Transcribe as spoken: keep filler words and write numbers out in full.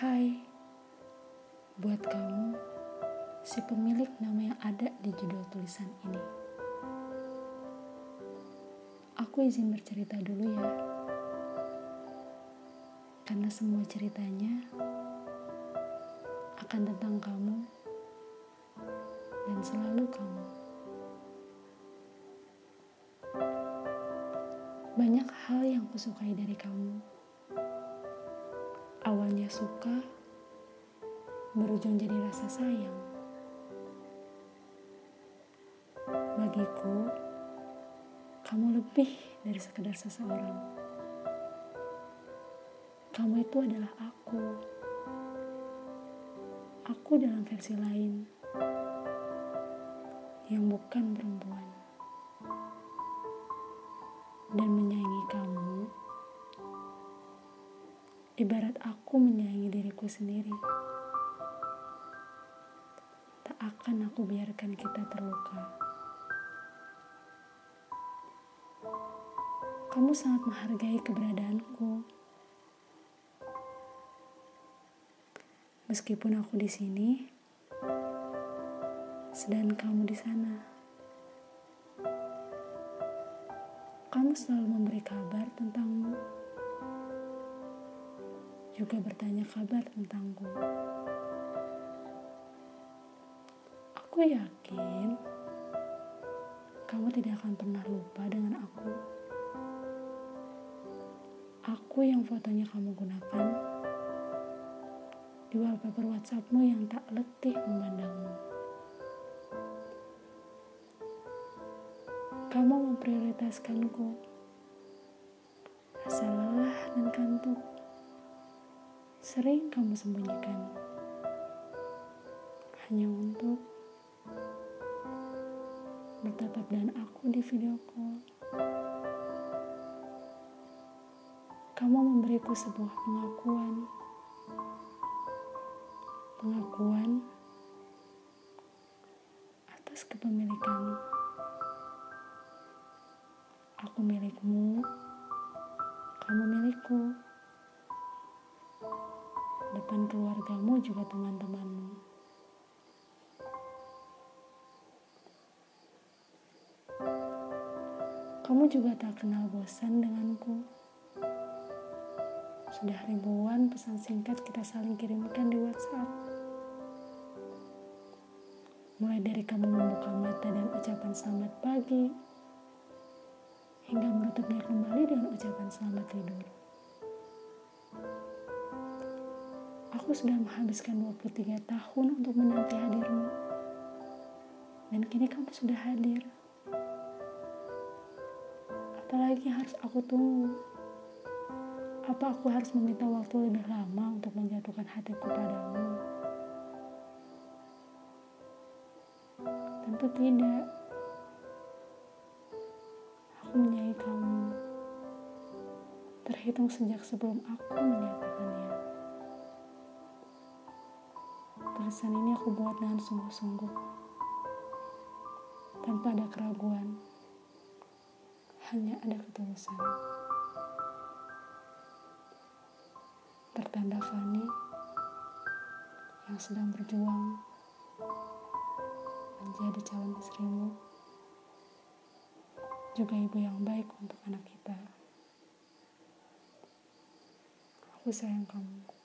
Hai, buat kamu, si pemilik nama yang ada di judul tulisan ini. Aku izin bercerita dulu ya, karena semua ceritanya akan tentang kamu dan selalu kamu. Banyak hal yang kusukai dari kamu. Awalnya suka, berujung jadi rasa sayang. Bagiku, kamu lebih dari sekedar seseorang. Kamu itu adalah aku. Aku dalam versi lain, yang bukan perempuan. Dan menyayangi kamu, ibarat aku menyayangi diriku sendiri. Tak akan aku biarkan kita terluka. Kamu sangat menghargai keberadaanku. Meskipun aku di sini, sedang kamu di sana. Kamu selalu memberi kabar tentangmu, juga bertanya kabar tentangku. Aku yakin kamu tidak akan pernah lupa dengan aku. Aku yang fotonya kamu gunakan di wallpaper WhatsAppmu yang tak letih memandangmu. Kamu memprioritaskanku. Rasa lelah dan kantuk sering kamu sembunyikan, hanya untuk bertatap dengan aku di video call. Kamu memberiku sebuah pengakuan. Pengakuan atas kepemilikan. Aku milikmu, kamu milikku. Depan keluargamu juga teman-temanmu. Kamu juga tak kenal bosan denganku. Sudah ribuan pesan singkat kita saling kirimkan di WhatsApp. Mulai dari kamu membuka mata dan ucapan selamat pagi, hingga menutupnya kembali dengan ucapan selamat tidur. Aku sudah menghabiskan dua puluh tiga tahun untuk menanti hadirmu. Dan kini kamu sudah hadir. Apalagi yang harus aku tunggu? Apa aku harus meminta waktu lebih lama untuk menjatuhkan hatiku padamu? Tentu tidak. Aku menyayangi kamu. Terhitung sejak sebelum aku menyatakannya. Tulisan ini aku buat dengan sungguh-sungguh. Tanpa ada keraguan. Hanya ada ketulusan. Tertanda Fani yang sedang berjuang menjadi calon istrimu, juga ibu yang baik untuk anak kita. Aku sayang kamu.